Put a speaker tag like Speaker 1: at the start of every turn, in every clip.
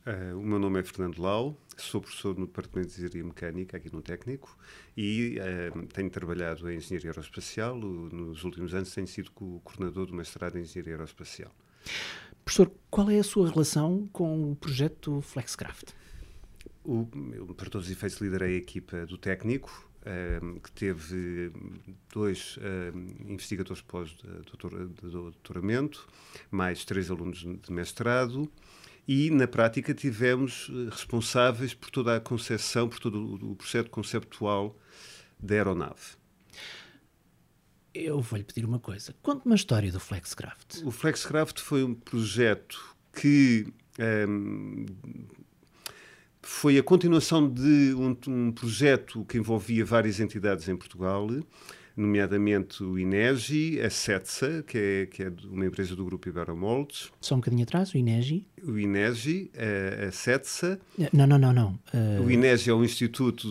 Speaker 1: O meu nome é Fernando Lau, sou professor no Departamento de Engenharia Mecânica, aqui no Técnico, e tenho trabalhado em Engenharia Aeroespacial. Nos últimos anos tenho sido coordenador do mestrado em Engenharia Aeroespacial.
Speaker 2: Professor, qual é a sua relação com o projeto Flexcraft?
Speaker 1: Eu, para todos os efeitos, liderei a equipa do Técnico, que teve 2 investigadores pós-doutoramento, mais 3 alunos de mestrado, e, na prática, tivemos responsáveis por toda a concepção, por todo o processo conceptual da aeronave.
Speaker 2: Eu vou-lhe pedir uma coisa. Conte-me a história do Flexcraft.
Speaker 1: O Flexcraft foi um projeto que foi a continuação de um projeto que envolvia várias entidades em Portugal, nomeadamente o INEGI, a CETSA, que é uma empresa do grupo Iberomoldes.
Speaker 2: Só um bocadinho atrás, o INEGI.
Speaker 1: O INEGI, a CETSA.
Speaker 2: Não.
Speaker 1: O INEGI é um instituto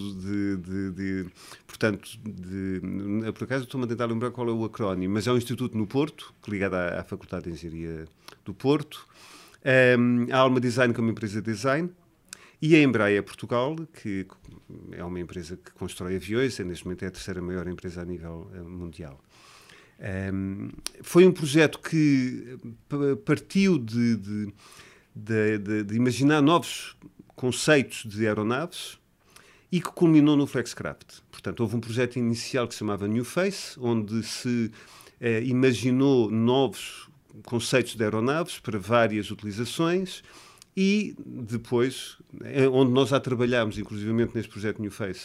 Speaker 1: portanto, por acaso estou-me a tentar lembrar qual é o acrónimo, mas é um instituto no Porto, ligado à Faculdade de Engenharia do Porto. A Alma Design, que é uma empresa de design. E a Embraer Portugal, que é uma empresa que constrói aviões, neste momento é a terceira maior empresa a nível mundial. Foi um projeto que partiu de imaginar novos conceitos de aeronaves e que culminou no Flexcraft. Portanto, houve um projeto inicial que se chamava New Face, onde se imaginou novos conceitos de aeronaves para várias utilizações. E depois, onde nós já trabalhámos, inclusivamente neste projeto New Face,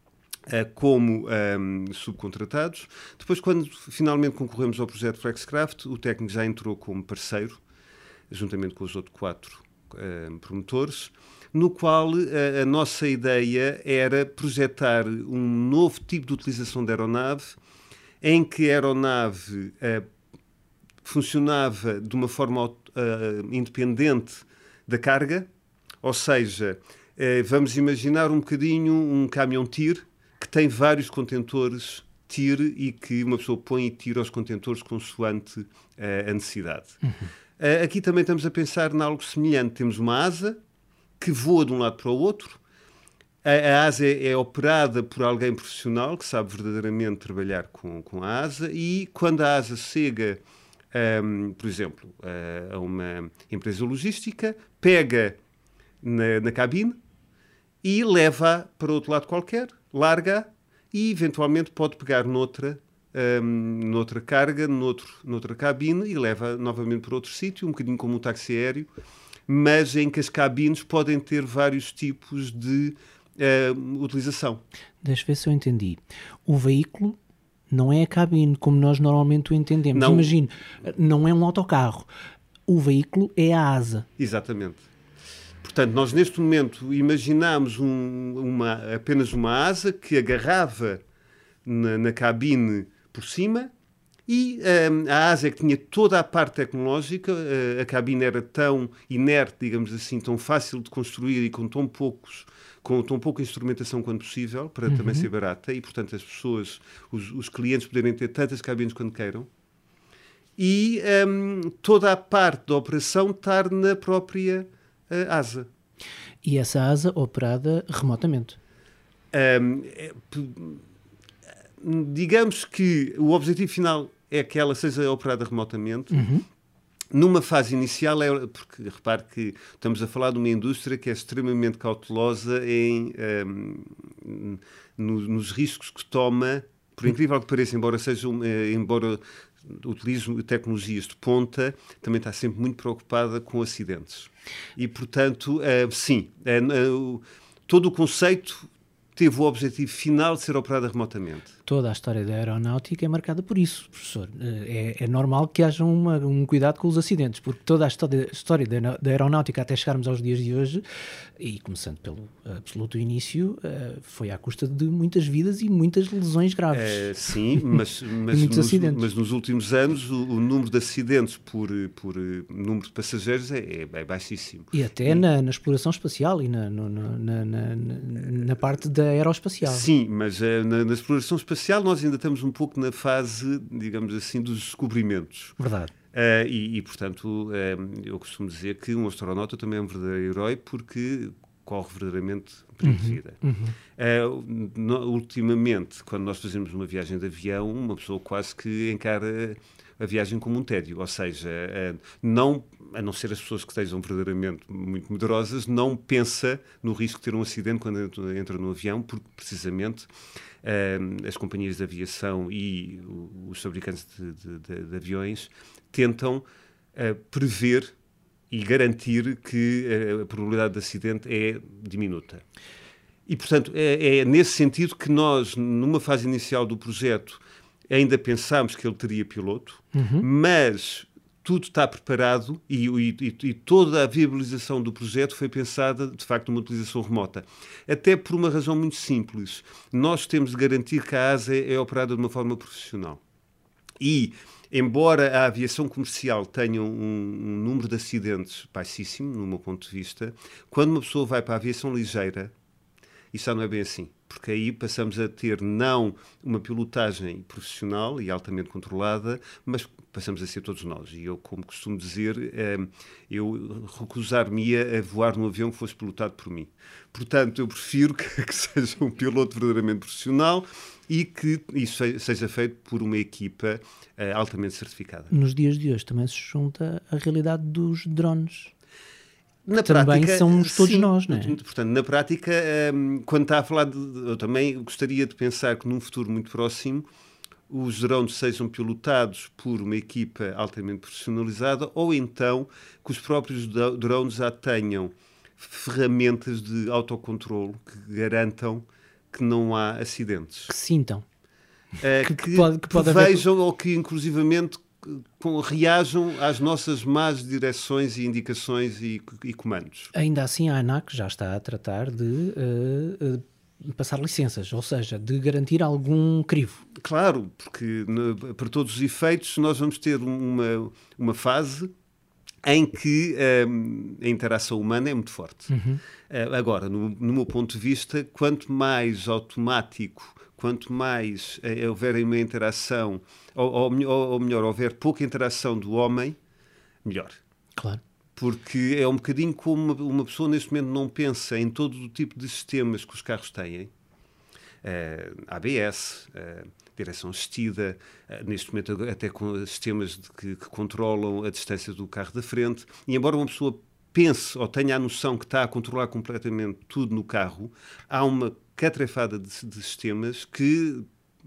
Speaker 1: como subcontratados. Depois, quando finalmente concorremos ao projeto Flexcraft, o Técnico já entrou como parceiro, juntamente com os outros 4 promotores, no qual a nossa ideia era projetar um novo tipo de utilização da aeronave, em que a aeronave funcionava de uma forma independente da carga, ou seja, vamos imaginar um bocadinho um caminhão-tire que tem vários contentores tire e que uma pessoa põe e tira os contentores consoante a necessidade. Aqui também estamos a pensar em algo semelhante. Temos uma asa que voa de um lado para o outro. A asa é operada por alguém profissional que sabe verdadeiramente trabalhar com a asa, e quando a asa chega, por exemplo, a uma empresa logística, pega na cabine e leva para outro lado qualquer, larga e eventualmente pode pegar noutra carga, noutra cabine, e leva novamente para outro sítio, um bocadinho como um táxi aéreo, mas em que as cabines podem ter vários tipos de utilização.
Speaker 2: Deixa eu ver se eu entendi. O veículo não é a cabine, como nós normalmente o entendemos.
Speaker 1: Não.
Speaker 2: Imagino, não é um autocarro. O veículo é a asa.
Speaker 1: Exatamente. Portanto, nós neste momento imaginámos apenas uma asa que agarrava na cabine por cima, e a asa é que tinha toda a parte tecnológica. A cabine era tão inerte, digamos assim, tão fácil de construir e com tão pouca instrumentação quanto possível, para também ser barata, e, portanto, as pessoas, os clientes poderem ter tantas cabines quando queiram. E toda a parte da operação estar na própria asa.
Speaker 2: E essa asa operada remotamente?
Speaker 1: Digamos que o objetivo final é que ela seja operada remotamente. Numa fase inicial, porque repare que estamos a falar de uma indústria que é extremamente cautelosa nos riscos que toma, por incrível que pareça, embora utilize tecnologias de ponta, também está sempre muito preocupada com acidentes. E, portanto, sim, todo o conceito teve o objetivo final de ser operada remotamente.
Speaker 2: Toda a história da aeronáutica é marcada por isso, professor. É normal que haja um cuidado com os acidentes, porque toda a história da aeronáutica até chegarmos aos dias de hoje, e começando pelo absoluto início, foi à custa de muitas vidas e muitas lesões graves.
Speaker 1: Sim, mas nos últimos anos o número de acidentes por número de passageiros é baixíssimo.
Speaker 2: E até na exploração espacial e na parte da aeroespacial.
Speaker 1: Sim, mas na exploração espacial nós ainda estamos um pouco na fase, digamos assim, dos descobrimentos.
Speaker 2: Verdade.
Speaker 1: Portanto, eu costumo dizer que um astronauta também é um verdadeiro herói porque corre verdadeiramente perigo de vida. Ultimamente, quando nós fazemos uma viagem de avião, uma pessoa quase que encara a viagem como um tédio, ou seja, a não ser as pessoas que estejam verdadeiramente muito medrosas, não pensa no risco de ter um acidente quando entra no avião, porque precisamente as companhias de aviação e os fabricantes de aviões tentam prever e garantir que a probabilidade de acidente é diminuta. E, portanto, é nesse sentido que nós, numa fase inicial do projeto, ainda pensámos que ele teria piloto, mas tudo está preparado e toda a viabilização do projeto foi pensada, de facto, numa utilização remota. Até por uma razão muito simples. Nós temos de garantir que a asa é operada de uma forma profissional. E, embora a aviação comercial tenha um número de acidentes baixíssimo, no meu ponto de vista, quando uma pessoa vai para a aviação ligeira, isso já não é bem assim. Porque aí passamos a ter não uma pilotagem profissional e altamente controlada, mas passamos a ser todos nós. E eu, como costumo dizer, eu recusar-me-ia a voar num avião que fosse pilotado por mim. Portanto, eu prefiro que seja um piloto verdadeiramente profissional e que isso seja feito por uma equipa altamente certificada.
Speaker 2: Nos dias de hoje também se junta a realidade dos drones.
Speaker 1: Na
Speaker 2: também
Speaker 1: prática,
Speaker 2: somos todos
Speaker 1: sim,
Speaker 2: nós, não é?
Speaker 1: Portanto, na prática, quando está a falar eu também gostaria de pensar que num futuro muito próximo os drones sejam pilotados por uma equipa altamente profissionalizada ou então que os próprios drones já tenham ferramentas de autocontrolo que garantam que não há acidentes.
Speaker 2: Que sintam.
Speaker 1: Que
Speaker 2: pode
Speaker 1: vejam ou que inclusivamente reajam às nossas más direções e indicações e comandos.
Speaker 2: Ainda assim, a ANAC já está a tratar de passar licenças, ou seja, de garantir algum crivo.
Speaker 1: Claro, porque para todos os efeitos nós vamos ter uma fase em que a interação humana é muito forte. Agora, no meu ponto de vista, quanto mais automático, quanto mais houver uma interação, ou melhor, houver pouca interação do homem, melhor.
Speaker 2: Claro.
Speaker 1: Porque é um bocadinho como uma pessoa neste momento não pensa em todo o tipo de sistemas que os carros têm. ABS, direção assistida, neste momento até com sistemas que controlam a distância do carro da frente. E embora uma pessoa pense ou tenha a noção que está a controlar completamente tudo no carro, há uma catrefada de sistemas que,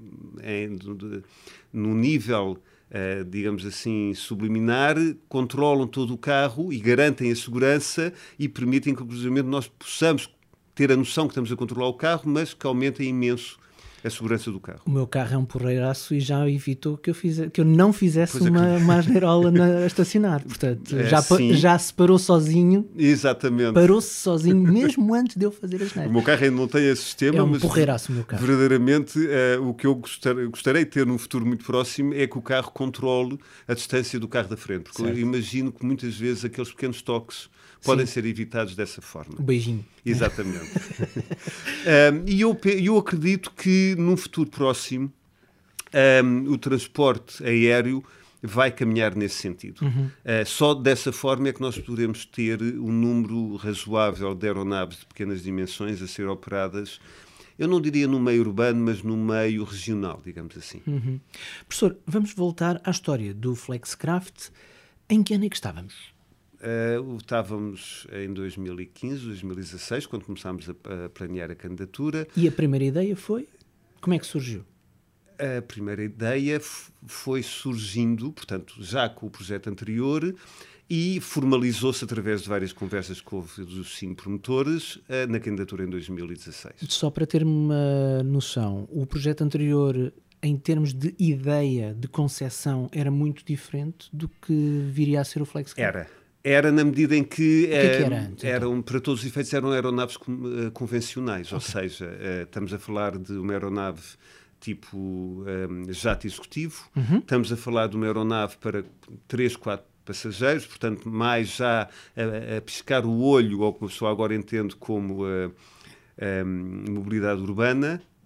Speaker 1: no nível, digamos assim, subliminar, controlam todo o carro e garantem a segurança e permitem que, inclusive, nós possamos ter a noção que estamos a controlar o carro, mas que aumentem imenso a segurança do carro.
Speaker 2: O meu carro é um porreiraço e já evitou que eu não fizesse uma asneirola a estacionar. Portanto, já se parou sozinho.
Speaker 1: Exatamente.
Speaker 2: Parou-se sozinho mesmo antes de eu fazer a asneira.
Speaker 1: O meu carro ainda não tem esse sistema,
Speaker 2: mas porreiraço o meu carro.
Speaker 1: Verdadeiramente o que eu gostaria de ter num futuro muito próximo é que o carro controle a distância do carro da frente. Porque eu imagino que muitas vezes aqueles pequenos toques podem ser evitados dessa forma.
Speaker 2: Um beijinho.
Speaker 1: Exatamente. E eu acredito que num futuro próximo o transporte aéreo vai caminhar nesse sentido. Só dessa forma é que nós poderemos ter um número razoável de aeronaves de pequenas dimensões a ser operadas, eu não diria no meio urbano, mas no meio regional, digamos assim.
Speaker 2: Professor, vamos voltar à história do Flexcraft. Em que ano é que estávamos?
Speaker 1: Estávamos em 2015, 2016, quando começámos a planear a candidatura.
Speaker 2: E a primeira ideia foi? Como é que surgiu?
Speaker 1: A primeira ideia foi surgindo, portanto, já com o projeto anterior e formalizou-se através de várias conversas que houve dos 5 promotores na candidatura em 2016.
Speaker 2: Só para ter uma noção, o projeto anterior, em termos de ideia, de concepção, era muito diferente do que viria a ser o Flexcraft?
Speaker 1: Era na medida em que,
Speaker 2: que era antes,
Speaker 1: então? Para todos os efeitos eram aeronaves convencionais, ou seja, estamos a falar de uma aeronave tipo jato executivo, estamos a falar de uma aeronave para 3, 4 passageiros, portanto mais já a piscar o olho, ou como a pessoa agora entende como mobilidade urbana,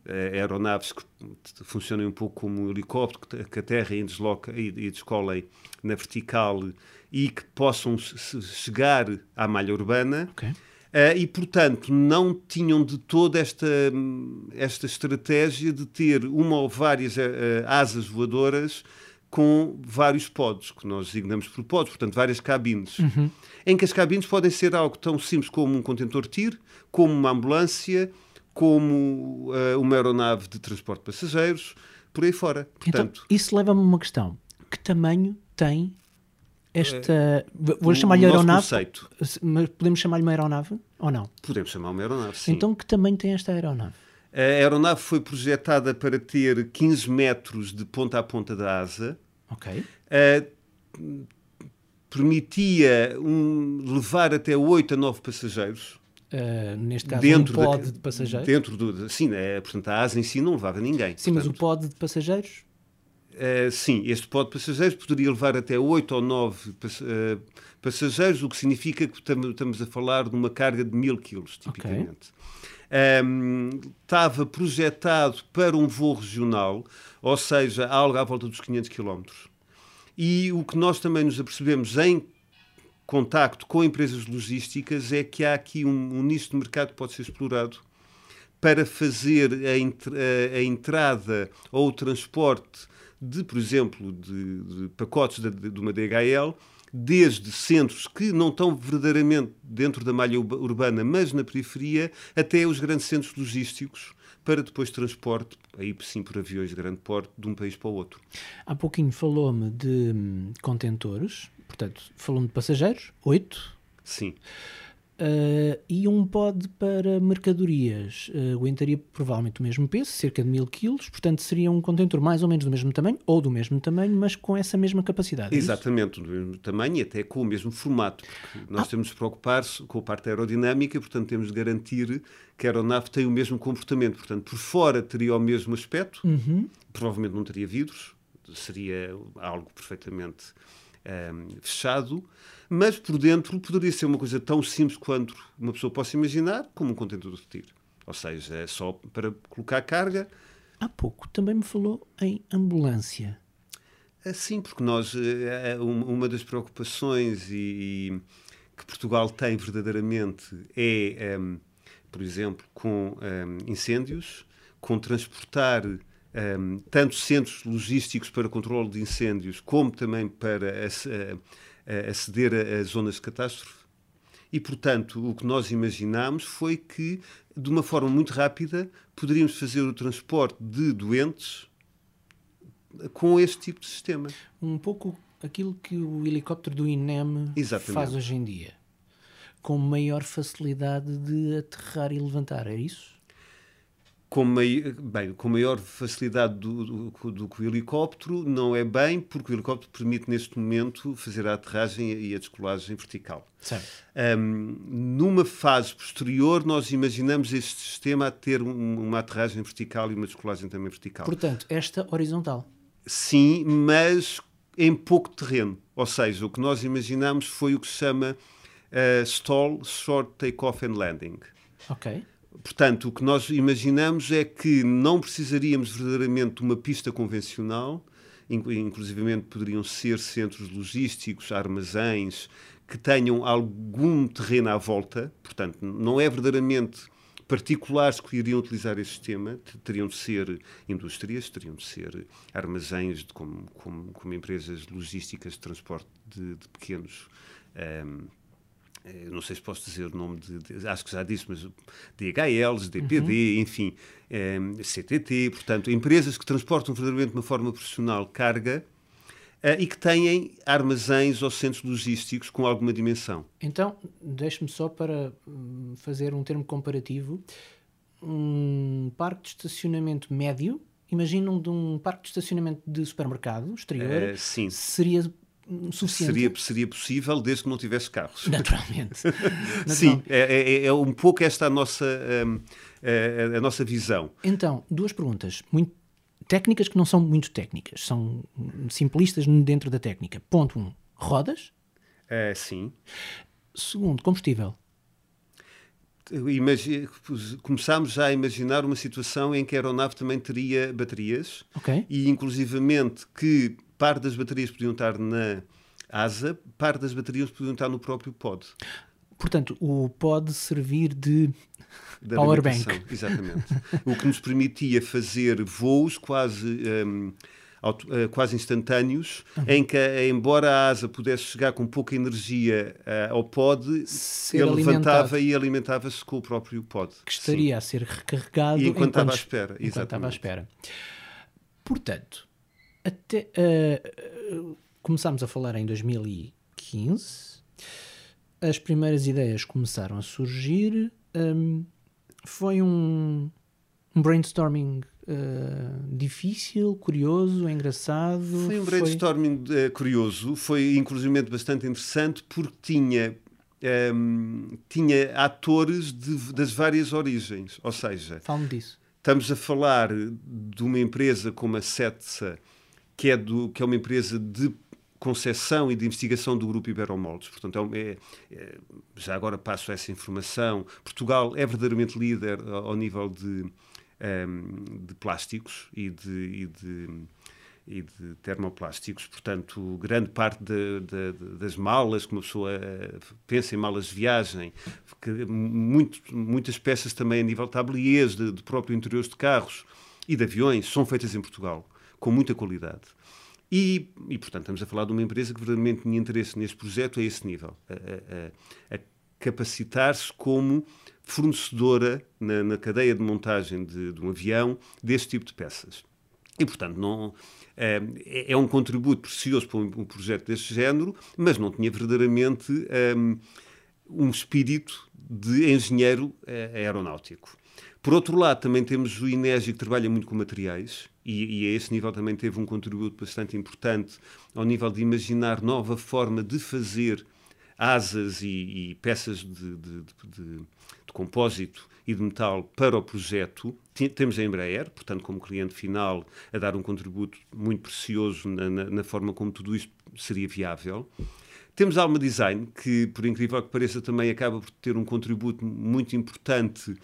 Speaker 1: aeronaves que funcionem um pouco como um helicóptero, que aterrem e descolem na vertical e que possam chegar à malha urbana.
Speaker 2: Ok.
Speaker 1: E, portanto, não tinham de toda esta estratégia de ter uma ou várias asas voadoras com vários pods, que nós designamos por pods, portanto, várias cabines. Em que as cabines podem ser algo tão simples como um contentor TIR, como uma ambulância, como uma aeronave de transporte de passageiros, por aí fora. Portanto,
Speaker 2: então, isso leva-me a uma questão. Que tamanho tem esta... Vou chamar-lhe aeronave,
Speaker 1: conceito.
Speaker 2: mas podemos chamar-lhe uma aeronave ou não?
Speaker 1: Podemos chamar uma aeronave, sim.
Speaker 2: Então, que tamanho tem esta aeronave?
Speaker 1: A aeronave foi projetada para ter 15 metros de ponta a ponta da asa.
Speaker 2: Ok.
Speaker 1: Permitia levar até 8 a 9 passageiros.
Speaker 2: Neste caso,
Speaker 1: dentro
Speaker 2: um pod de passageiros?
Speaker 1: Sim, portanto, a asa em si não levava ninguém.
Speaker 2: Sim,
Speaker 1: portanto,
Speaker 2: mas o pod de passageiros?
Speaker 1: Sim, este pod de passageiros poderia levar até 8 ou 9 passageiros, o que significa que estamos a falar de uma carga de 1000 quilos, tipicamente. Estava projetado para um voo regional, ou seja, algo à volta dos 500 quilómetros. E o que nós também nos apercebemos em contacto com empresas logísticas é que há aqui um nicho de mercado que pode ser explorado para fazer a entrada ou o transporte de, por exemplo, de pacotes de uma DHL, desde centros que não estão verdadeiramente dentro da malha urbana, mas na periferia, até os grandes centros logísticos, para depois transporte, aí sim por aviões de grande porte, de um país para o outro.
Speaker 2: Há pouquinho falou-me de contentores, portanto, falou-me de passageiros, 8.
Speaker 1: Sim.
Speaker 2: E um pod para mercadorias aguentaria provavelmente o mesmo peso, cerca de 1000 quilos, portanto seria um contentor mais ou menos do mesmo tamanho, ou do mesmo tamanho, mas com essa mesma capacidade.
Speaker 1: Exatamente, do mesmo tamanho e até com o mesmo formato, porque nós temos de preocupar com a parte aerodinâmica, portanto temos de garantir que a aeronave tem o mesmo comportamento, portanto por fora teria o mesmo aspecto, provavelmente não teria vidros, seria algo perfeitamente fechado, mas por dentro poderia ser uma coisa tão simples quanto uma pessoa possa imaginar, como um contentor de tiro. Ou seja, é só para colocar carga.
Speaker 2: Há pouco também me falou em ambulância.
Speaker 1: Sim, porque nós, uma das preocupações que Portugal tem verdadeiramente é, por exemplo, com incêndios, com transportar tanto centros logísticos para controle de incêndios, como também para aceder a zonas de catástrofe. E, portanto, o que nós imaginámos foi que, de uma forma muito rápida, poderíamos fazer o transporte de doentes com este tipo de sistema.
Speaker 2: Um pouco aquilo que o helicóptero do INEM faz hoje em dia. Com maior facilidade de aterrar e levantar, é isso?
Speaker 1: Com maior facilidade do que o helicóptero, não é bem, porque o helicóptero permite, neste momento, fazer a aterragem e a descolagem vertical.
Speaker 2: Certo.
Speaker 1: Numa fase posterior, nós imaginamos este sistema a ter uma aterragem vertical e uma descolagem também vertical.
Speaker 2: Portanto, esta horizontal.
Speaker 1: Sim, mas em pouco terreno. Ou seja, o que nós imaginamos foi o que se chama STOL, Short Takeoff and Landing.
Speaker 2: Ok.
Speaker 1: Portanto, o que nós imaginamos é que não precisaríamos verdadeiramente de uma pista convencional, inclusivamente poderiam ser centros logísticos, armazéns, que tenham algum terreno à volta, portanto, não é verdadeiramente particulares que iriam utilizar este sistema, teriam de ser indústrias, teriam de ser armazéns como empresas logísticas de transporte de pequenos... não sei se posso dizer o nome acho que já disse, mas DHLs, DPD, enfim, CTT, portanto, empresas que transportam verdadeiramente de uma forma profissional carga e que têm armazéns ou centros logísticos com alguma dimensão.
Speaker 2: Então, deixe-me só para fazer um termo comparativo, um parque de estacionamento médio, imaginam de um parque de estacionamento de supermercado exterior,
Speaker 1: sim.
Speaker 2: Seria suficiente?
Speaker 1: Seria possível, desde que não tivesse carros.
Speaker 2: Naturalmente.
Speaker 1: Sim, é um pouco esta a nossa visão.
Speaker 2: Então, duas perguntas muito técnicas que não são muito técnicas, são simplistas dentro da técnica. Ponto 1, rodas.
Speaker 1: Sim.
Speaker 2: Segundo, combustível.
Speaker 1: Começámos já a imaginar uma situação em que a aeronave também teria baterias,
Speaker 2: Ok.
Speaker 1: e inclusivamente que parte das baterias podiam estar na asa, parte das baterias podiam estar no próprio pod.
Speaker 2: Portanto, o pode servir de
Speaker 1: Da
Speaker 2: power
Speaker 1: alimentação,
Speaker 2: bank.
Speaker 1: exatamente. O que nos permitia fazer voos quase instantâneos, em que, embora a asa pudesse chegar com pouca energia ao pod,
Speaker 2: Ser
Speaker 1: ele
Speaker 2: alimentado.
Speaker 1: levantava e alimentava-se com o próprio pod.
Speaker 2: Que estaria a ser recarregado
Speaker 1: E enquanto estava à espera,
Speaker 2: enquanto estava à
Speaker 1: exatamente.
Speaker 2: espera. Portanto, até, começámos a falar em 2015, as primeiras ideias começaram a surgir, foi um brainstorming difícil, curioso, engraçado.
Speaker 1: Foi um brainstorming curioso, foi inclusivamente bastante interessante, porque tinha atores das várias origens, ou seja,
Speaker 2: Fale-me disso.
Speaker 1: estamos a falar de uma empresa como a CETSA, que é uma empresa de concepção e de investigação do Grupo Iberomoldes. Portanto, já agora passo essa informação. Portugal é verdadeiramente líder ao nível de plásticos e de termoplásticos. Portanto, grande parte das malas, que uma pessoa pensa em malas de viagem, muitas peças também a nível de tabliers, de próprio interiores de carros e de aviões, são feitas em Portugal, com muita qualidade. E, portanto, estamos a falar de uma empresa que verdadeiramente tinha interesse neste projeto a esse nível, a capacitar-se como fornecedora na cadeia de montagem de um avião deste tipo de peças. E, portanto, é um contributo precioso para um projeto deste género, mas não tinha verdadeiramente um espírito de engenheiro aeronáutico. Por outro lado, também temos o INEGI, que trabalha muito com materiais, e a esse nível também teve um contributo bastante importante ao nível de imaginar nova forma de fazer asas e peças de compósito e de metal para o projeto. Temos a Embraer, portanto, como cliente final, a dar um contributo muito precioso na forma como tudo isto seria viável. Temos a Alma Design, que, por incrível que pareça, também acaba por ter um contributo muito importante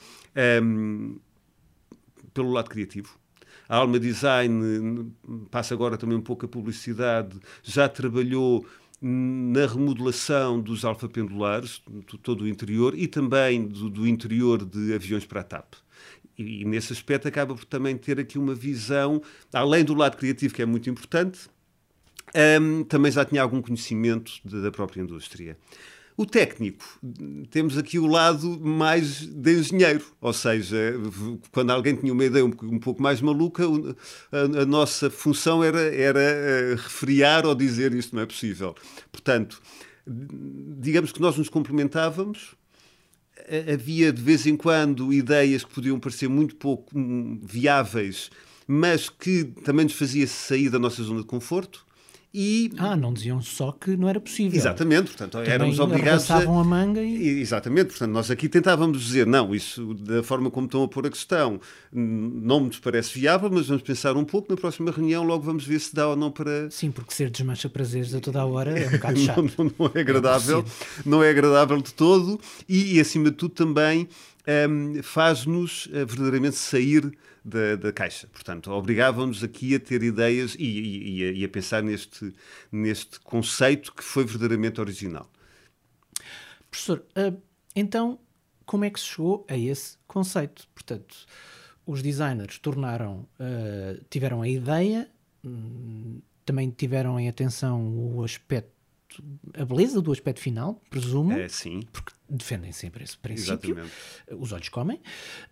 Speaker 1: pelo lado criativo. A Alma Design passa agora também um pouco a publicidade, já trabalhou na remodelação dos alfapendulares, todo o interior, e também do interior de aviões para a TAP. E nesse aspecto acaba por também ter aqui uma visão, além do lado criativo, que é muito importante, também já tinha algum conhecimento da própria indústria. O técnico, temos aqui o lado mais de engenheiro, ou seja, quando alguém tinha uma ideia um pouco mais maluca, a nossa função era refriar ou dizer isto não é possível. Portanto, digamos que nós nos complementávamos, havia de vez em quando ideias que podiam parecer muito pouco viáveis, mas que também nos fazia sair da nossa zona de conforto.
Speaker 2: Não diziam só que não era possível.
Speaker 1: Exatamente, portanto,
Speaker 2: também
Speaker 1: éramos obrigados
Speaker 2: a manga e...
Speaker 1: Exatamente, portanto, nós aqui tentávamos dizer, não, isso, da forma como estão a pôr a questão, não nos parece viável, mas vamos pensar um pouco, na próxima reunião logo vamos ver se dá ou não para...
Speaker 2: Sim, porque ser desmancha prazeres a toda a hora é um bocado chato.
Speaker 1: não é agradável, não é agradável de todo e acima de tudo também faz-nos verdadeiramente sair da caixa. Portanto, obrigava-nos aqui a ter ideias e a pensar neste conceito que foi verdadeiramente original.
Speaker 2: Professor, então, como é que se chegou a esse conceito? Portanto, os designers tiveram a ideia, também tiveram em atenção o aspecto, a beleza do aspecto final, presumo.
Speaker 1: Sim.
Speaker 2: Porque defendem sempre esse princípio.
Speaker 1: Exatamente.
Speaker 2: Os olhos comem.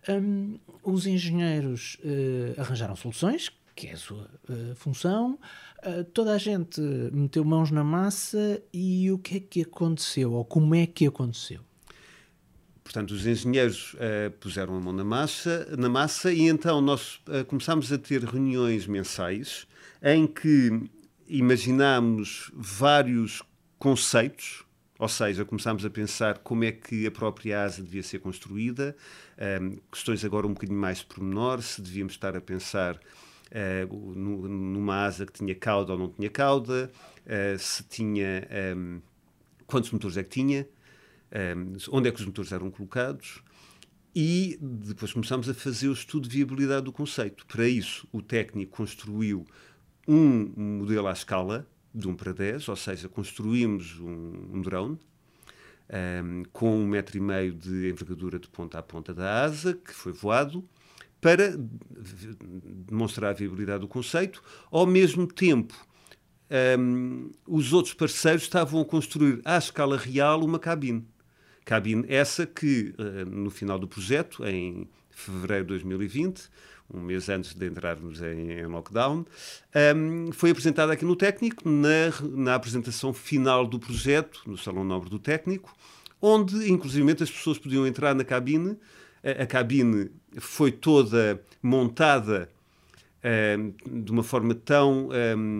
Speaker 2: Os engenheiros arranjaram soluções, que é a sua função. Toda a gente meteu mãos na massa e o que é que aconteceu? Ou como é que aconteceu?
Speaker 1: Portanto, os engenheiros puseram a mão na massa e então nós começámos a ter reuniões mensais em que imaginámos vários conceitos, ou seja, começámos a pensar como é que a própria asa devia ser construída, questões agora um bocadinho mais pormenor, se devíamos estar a pensar numa asa que tinha cauda ou não tinha cauda, se tinha... quantos motores é que tinha, onde é que os motores eram colocados, e depois começámos a fazer o estudo de viabilidade do conceito. Para isso, o técnico construiu um modelo à escala, de 1 para 10, ou seja, construímos um drone com 1,5 metro de envergadura de ponta a ponta da asa, que foi voado, para demonstrar a viabilidade do conceito. Ao mesmo tempo, os outros parceiros estavam a construir à escala real uma cabine. Cabine essa que, no final do projeto, em fevereiro de 2020, um mês antes de entrarmos em lockdown, foi apresentada aqui no Técnico, na apresentação final do projeto, no Salão Nobre do Técnico, onde, inclusivamente, as pessoas podiam entrar na cabine. A cabine foi toda montada de uma forma tão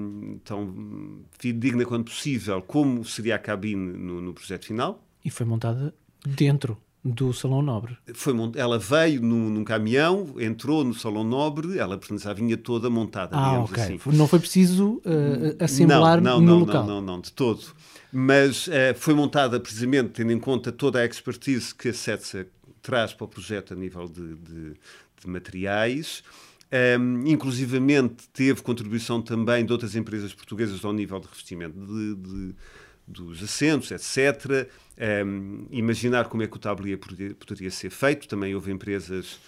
Speaker 1: fidedigna quanto possível, como seria a cabine no projeto final.
Speaker 2: E foi montada dentro do Salão Nobre.
Speaker 1: Ela veio num caminhão, entrou no Salão Nobre, ela vinha toda montada, digamos assim.
Speaker 2: Não foi preciso assemblar no local.
Speaker 1: Não, de todo. Mas foi montada precisamente tendo em conta toda a expertise que a CETSA traz para o projeto a nível de materiais. Inclusivamente teve contribuição também de outras empresas portuguesas ao nível de revestimento dos assentos, etc. Imaginar como é que o tablier poderia ser feito. Também houve empresas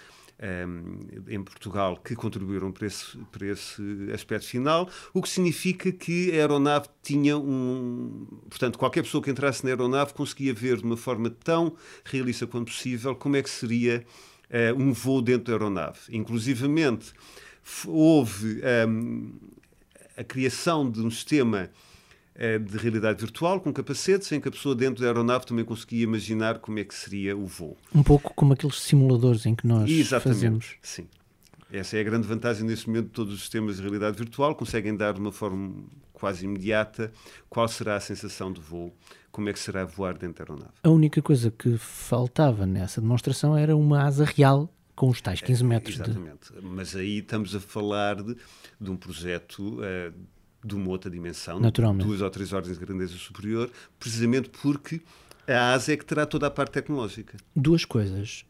Speaker 1: em Portugal que contribuíram para esse aspecto final, o que significa que a aeronave tinha Portanto, qualquer pessoa que entrasse na aeronave conseguia ver de uma forma tão realista quanto possível como é que seria um voo dentro da aeronave. Inclusivamente, houve a criação de um sistema de realidade virtual com capacetes em que a pessoa dentro da aeronave também conseguia imaginar como é que seria o voo.
Speaker 2: Um pouco como aqueles simuladores em que nós fazemos.
Speaker 1: Sim. Essa é a grande vantagem neste momento. Todos os sistemas de realidade virtual conseguem dar de uma forma quase imediata qual será a sensação de voo, como é que será voar dentro da aeronave.
Speaker 2: A única coisa que faltava nessa demonstração era uma asa real com os tais 15 metros.
Speaker 1: Exatamente. Mas aí estamos a falar de um projeto de uma outra dimensão, 2 ou 3 ordens de grandeza superior, precisamente porque a asa é que terá toda a parte tecnológica.
Speaker 2: 2 coisas.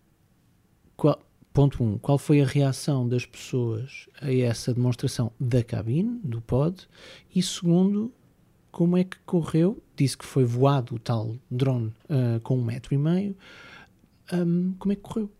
Speaker 2: Ponto 1. Qual foi a reação das pessoas a essa demonstração da cabine, do pod? E segundo, como é que correu? Disse que foi voado o tal drone com 1,5 metro. Como é que correu?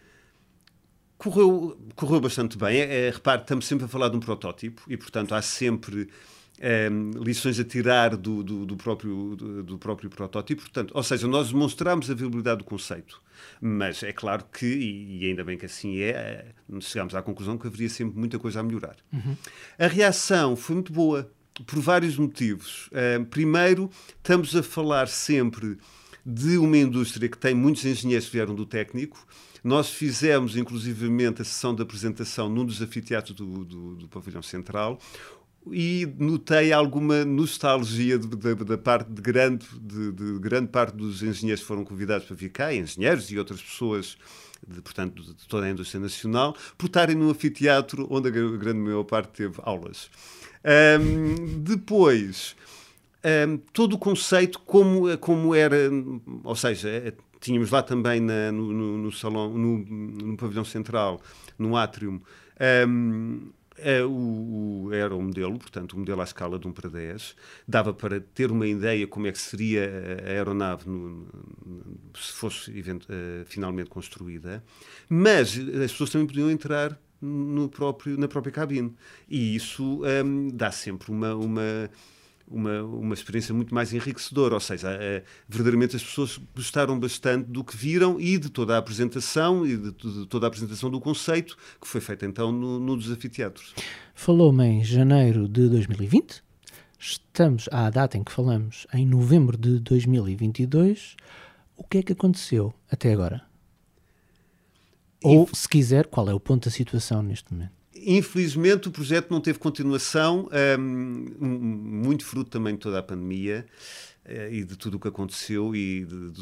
Speaker 1: Correu bastante bem. Repare, estamos sempre a falar de um protótipo e, portanto, há sempre lições a tirar do próprio protótipo. Portanto, ou seja, nós demonstramos a viabilidade do conceito, mas é claro que, e ainda bem que assim chegámos à conclusão que haveria sempre muita coisa a melhorar.
Speaker 2: Uhum.
Speaker 1: A reação foi muito boa, por vários motivos. Primeiro, estamos a falar sempre de uma indústria que tem muitos engenheiros que vieram do Técnico. Nós fizemos, inclusivamente, a sessão de apresentação num dos anfiteatros do Pavilhão Central e notei alguma nostalgia da parte de grande parte dos engenheiros que foram convidados para vir cá, engenheiros e outras pessoas, portanto, de toda a indústria nacional, por estarem num anfiteatro onde a grande maior parte teve aulas. Depois, todo o conceito como era, ou seja, tínhamos lá também no salão, no pavilhão central, no átrium, era o modelo, portanto, o modelo à escala de 1 para 10. Dava para ter uma ideia como é que seria a aeronave se fosse finalmente construída. Mas as pessoas também podiam entrar na própria cabine. E isso dá sempre uma experiência muito mais enriquecedora, ou seja, verdadeiramente as pessoas gostaram bastante do que viram e de toda a apresentação e de toda a apresentação do conceito que foi feita então no dos anfiteatros.
Speaker 2: Falou-me em janeiro de 2020, estamos à data em que falamos em novembro de 2022, o que é que aconteceu até agora? Ou, se quiser, qual é o ponto da situação neste momento?
Speaker 1: Infelizmente o projeto não teve continuação, muito fruto também de toda a pandemia e de tudo o que aconteceu e de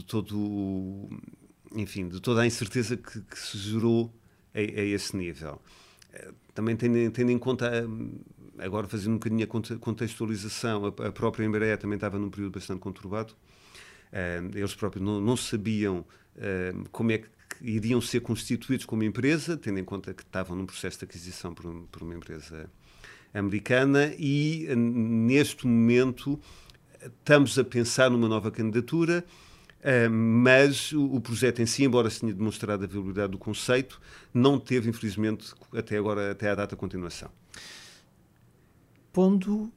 Speaker 1: toda a incerteza que se gerou a esse nível. Também tendo em conta, agora fazendo um bocadinho a contextualização, a própria Embraer também estava num período bastante conturbado. Eles próprios não sabiam como é que iriam ser constituídos como empresa, tendo em conta que estavam num processo de aquisição por uma empresa americana, e neste momento estamos a pensar numa nova candidatura, mas o projeto em si, embora se tenha demonstrado a viabilidade do conceito, não teve, infelizmente, até agora, até à data de continuação.
Speaker 2: Pondo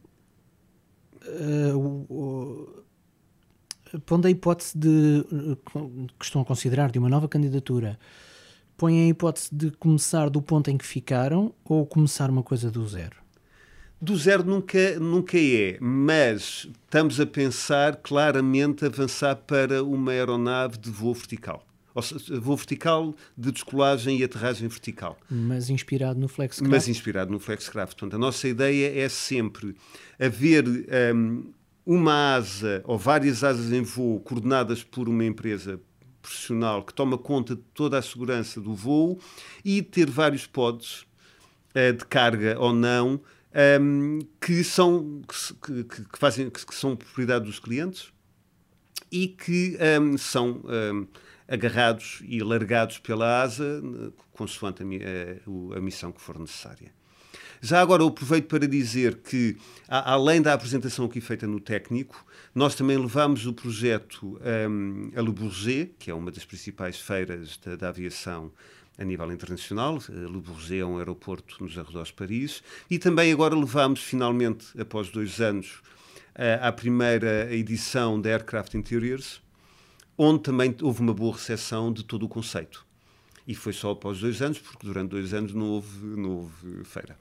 Speaker 2: a hipótese que estão a considerar de uma nova candidatura, põem a hipótese de começar do ponto em que ficaram ou começar uma coisa do zero?
Speaker 1: Do zero nunca é, mas estamos a pensar claramente avançar para uma aeronave de voo vertical. Ou seja, voo vertical de descolagem e aterragem vertical.
Speaker 2: Mas inspirado no Flexcraft.
Speaker 1: Portanto, a nossa ideia é sempre haver uma asa ou várias asas em voo coordenadas por uma empresa profissional que toma conta de toda a segurança do voo e ter vários pods de carga ou não que são propriedade dos clientes e que são agarrados e largados pela asa consoante a missão que for necessária. Já agora eu aproveito para dizer que, além da apresentação aqui feita no técnico, nós também levamos o projeto a Le Bourget, que é uma das principais feiras da aviação a nível internacional. Le Bourget é um aeroporto nos arredores de Paris. E também agora levamos, finalmente, após 2 anos, à primeira edição da Aircraft Interiors, onde também houve uma boa recepção de todo o conceito. E foi só após 2 anos, porque durante 2 anos não houve feira.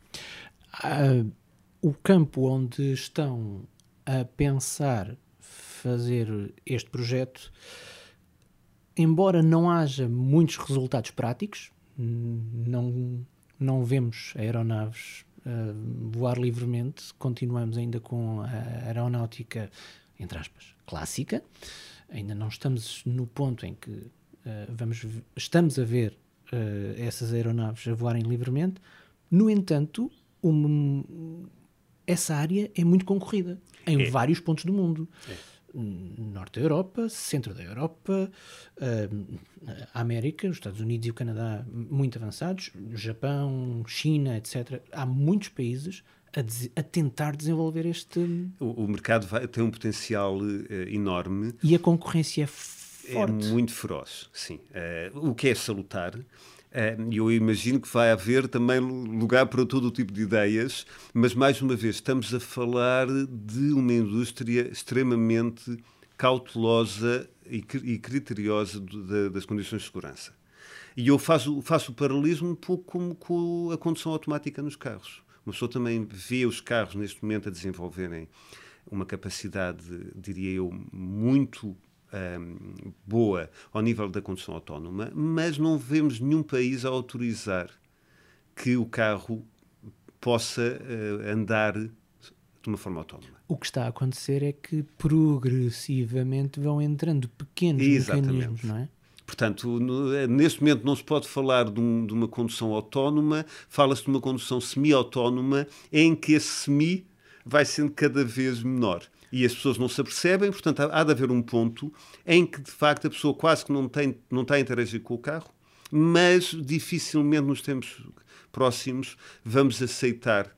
Speaker 2: O campo onde estão a pensar fazer este projeto, embora não haja muitos resultados práticos, não vemos aeronaves voar livremente, continuamos ainda com a aeronáutica, entre aspas, clássica. Ainda não estamos no ponto em que estamos a ver essas aeronaves a voarem livremente. No entanto, essa área é muito concorrida em vários pontos do mundo. Norte da Europa, centro da Europa, a América, os Estados Unidos e o Canadá muito avançados, Japão, China, etc. Há muitos países a tentar desenvolver este...
Speaker 1: O mercado tem um potencial enorme.
Speaker 2: E a concorrência é forte.
Speaker 1: É muito feroz, sim. O que é salutar. E eu imagino que vai haver também lugar para todo o tipo de ideias, mas, mais uma vez, estamos a falar de uma indústria extremamente cautelosa e criteriosa das condições de segurança. E eu faço o paralelismo um pouco como com a condução automática nos carros. Uma pessoa também vê os carros neste momento a desenvolverem uma capacidade, diria eu, muito boa ao nível da condução autónoma, mas não vemos nenhum país a autorizar que o carro possa andar de uma forma autónoma.
Speaker 2: O que está a acontecer é que progressivamente vão entrando pequenos mecanismos, não é?
Speaker 1: Portanto, neste momento não se pode falar de uma condução autónoma, fala-se de uma condução semi-autónoma, em que esse semi vai sendo cada vez menor. E as pessoas não se apercebem, portanto, há de haver um ponto em que, de facto, a pessoa quase que não está a interagir com o carro, mas dificilmente nos tempos próximos vamos aceitar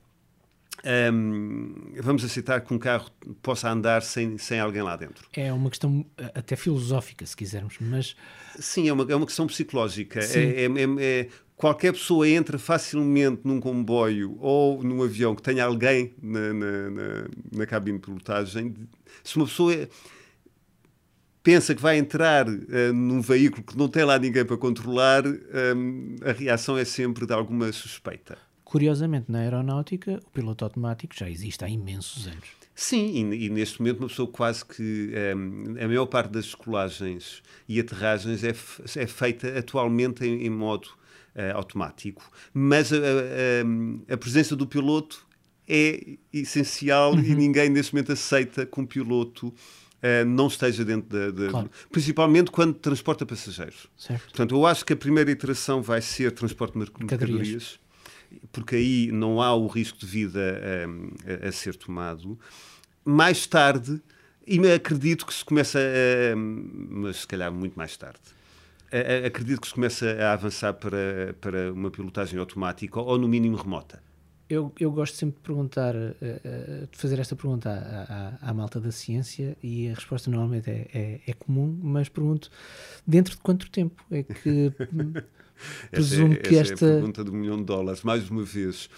Speaker 1: que um carro possa andar sem alguém lá dentro.
Speaker 2: É uma questão até filosófica, se quisermos, mas...
Speaker 1: Sim, é uma questão psicológica. Qualquer pessoa entra facilmente num comboio ou num avião que tenha alguém na cabine de pilotagem. Se uma pessoa pensa que vai entrar num veículo que não tem lá ninguém para controlar, a reação é sempre de alguma suspeita.
Speaker 2: Curiosamente, na aeronáutica, o piloto automático já existe há imensos anos.
Speaker 1: Sim, e neste momento uma pessoa quase que... a maior parte das descolagens e aterragens é feita atualmente em modo automático. Mas a presença do piloto é essencial e ninguém neste momento aceita que um piloto não esteja dentro
Speaker 2: Claro.
Speaker 1: Principalmente quando transporta passageiros.
Speaker 2: Certo.
Speaker 1: Portanto, eu acho que a primeira iteração vai ser transporte de mercadorias, porque aí não há o risco de vida a ser tomado. Mais tarde, E acredito que se começa mas se calhar muito mais tarde. Acredito que se começa a avançar para uma pilotagem automática ou no mínimo remota.
Speaker 2: Eu gosto sempre de perguntar, de fazer esta pergunta à malta da ciência, e a resposta normalmente é comum, mas pergunto, dentro de quanto tempo é que presumo que esta...
Speaker 1: Essa é a pergunta do $1 milhão, mais uma vez.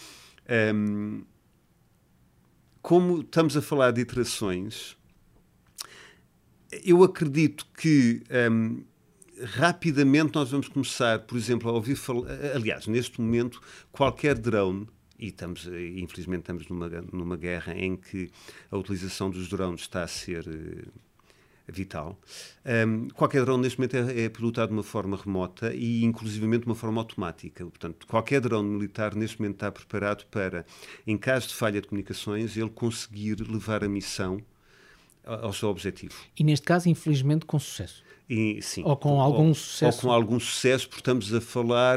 Speaker 1: Como estamos a falar de iterações, eu acredito que rapidamente nós vamos começar, por exemplo, a ouvir falar... Aliás, neste momento, qualquer drone... E infelizmente estamos numa guerra em que a utilização dos drones está a ser vital. Qualquer drone neste momento é pilotado de uma forma remota e inclusivamente de uma forma automática. Portanto, qualquer drone militar neste momento está preparado para, em caso de falha de comunicações, ele conseguir levar a missão ao seu objetivo.
Speaker 2: E neste caso, infelizmente, com sucesso.
Speaker 1: Sim,
Speaker 2: ou com algum sucesso.
Speaker 1: Ou com algum sucesso, porque estamos a falar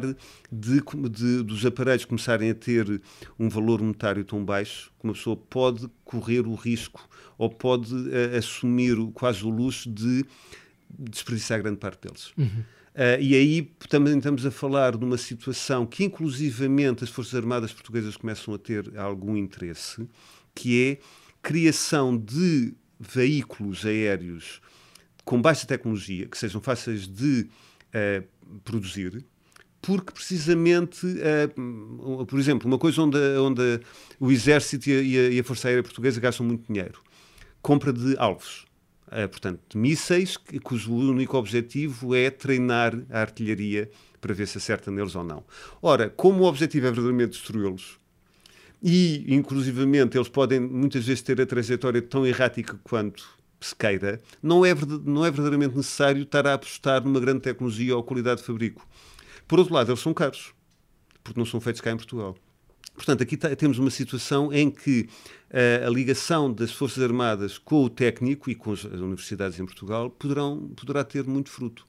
Speaker 1: dos aparelhos começarem a ter um valor monetário tão baixo que uma pessoa pode correr o risco ou pode assumir quase o luxo de desperdiçar grande parte deles. E aí também estamos a falar de uma situação que inclusivamente as Forças Armadas Portuguesas começam a ter algum interesse, que é criação de veículos aéreos com baixa tecnologia, que sejam fáceis de produzir, porque precisamente, por exemplo, uma coisa onde o Exército e a Força Aérea Portuguesa gastam muito dinheiro, compra de alvos, portanto, de mísseis, cujo único objetivo é treinar a artilharia para ver se acerta neles ou não. Ora, como o objetivo é verdadeiramente destruí-los, e inclusivamente eles podem muitas vezes ter a trajetória tão errática quanto se queira, não é verdadeiramente necessário estar a apostar numa grande tecnologia ou qualidade de fabrico. Por outro lado, eles são caros, porque não são feitos cá em Portugal. Portanto, aqui temos uma situação em que a ligação das Forças Armadas com o técnico e com as universidades em Portugal poderá ter muito fruto.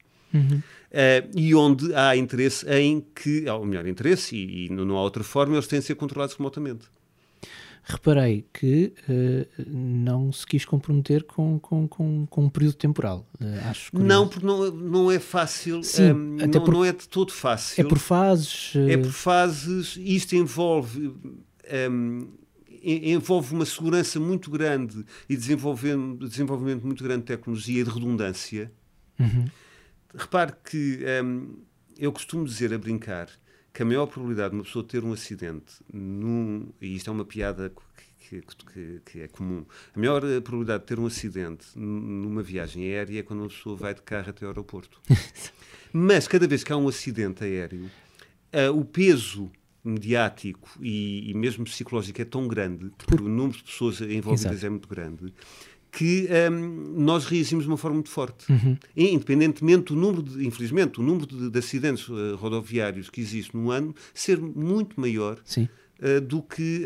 Speaker 1: E onde há interesse em que, ou melhor, interesse, e não há outra forma, eles têm de ser controlados remotamente.
Speaker 2: Reparei que não se quis comprometer com um período temporal. Acho curioso.
Speaker 1: Não, porque não é fácil.
Speaker 2: Sim,
Speaker 1: não é de todo fácil.
Speaker 2: É por fases.
Speaker 1: É por fases. Isto envolve uma segurança muito grande e desenvolvimento muito grande de tecnologia e de redundância. Repare que eu costumo dizer, a brincar, que a maior probabilidade de uma pessoa ter um acidente, e isto é uma piada que é comum, a maior probabilidade de ter um acidente numa viagem aérea é quando uma pessoa vai de carro até ao aeroporto. Mas cada vez que há um acidente aéreo, o peso mediático e mesmo psicológico é tão grande, porque o número de pessoas envolvidas Exato. É muito grande, que nós reagimos de uma forma muito forte. Independentemente do número, infelizmente, o número de acidentes rodoviários que existe no ano ser muito maior do que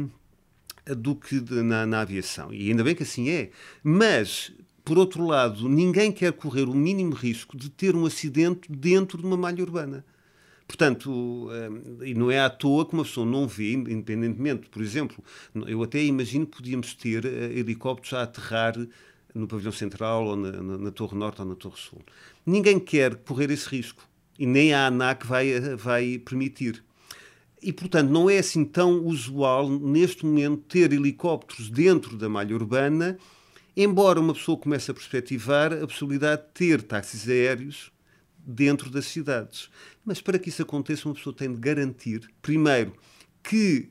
Speaker 1: na aviação. E ainda bem que assim é. Mas, por outro lado, ninguém quer correr o mínimo risco de ter um acidente dentro de uma malha urbana. Portanto, e não é à toa que uma pessoa não vê, independentemente, por exemplo, eu até imagino que podíamos ter helicópteros a aterrar no pavilhão central ou na Torre Norte ou na Torre Sul. Ninguém quer correr esse risco e nem a ANAC vai permitir. E, portanto, não é assim tão usual neste momento ter helicópteros dentro da malha urbana, embora uma pessoa comece a perspectivar a possibilidade de ter táxis aéreos dentro das cidades. Mas para que isso aconteça, uma pessoa tem de garantir, primeiro, que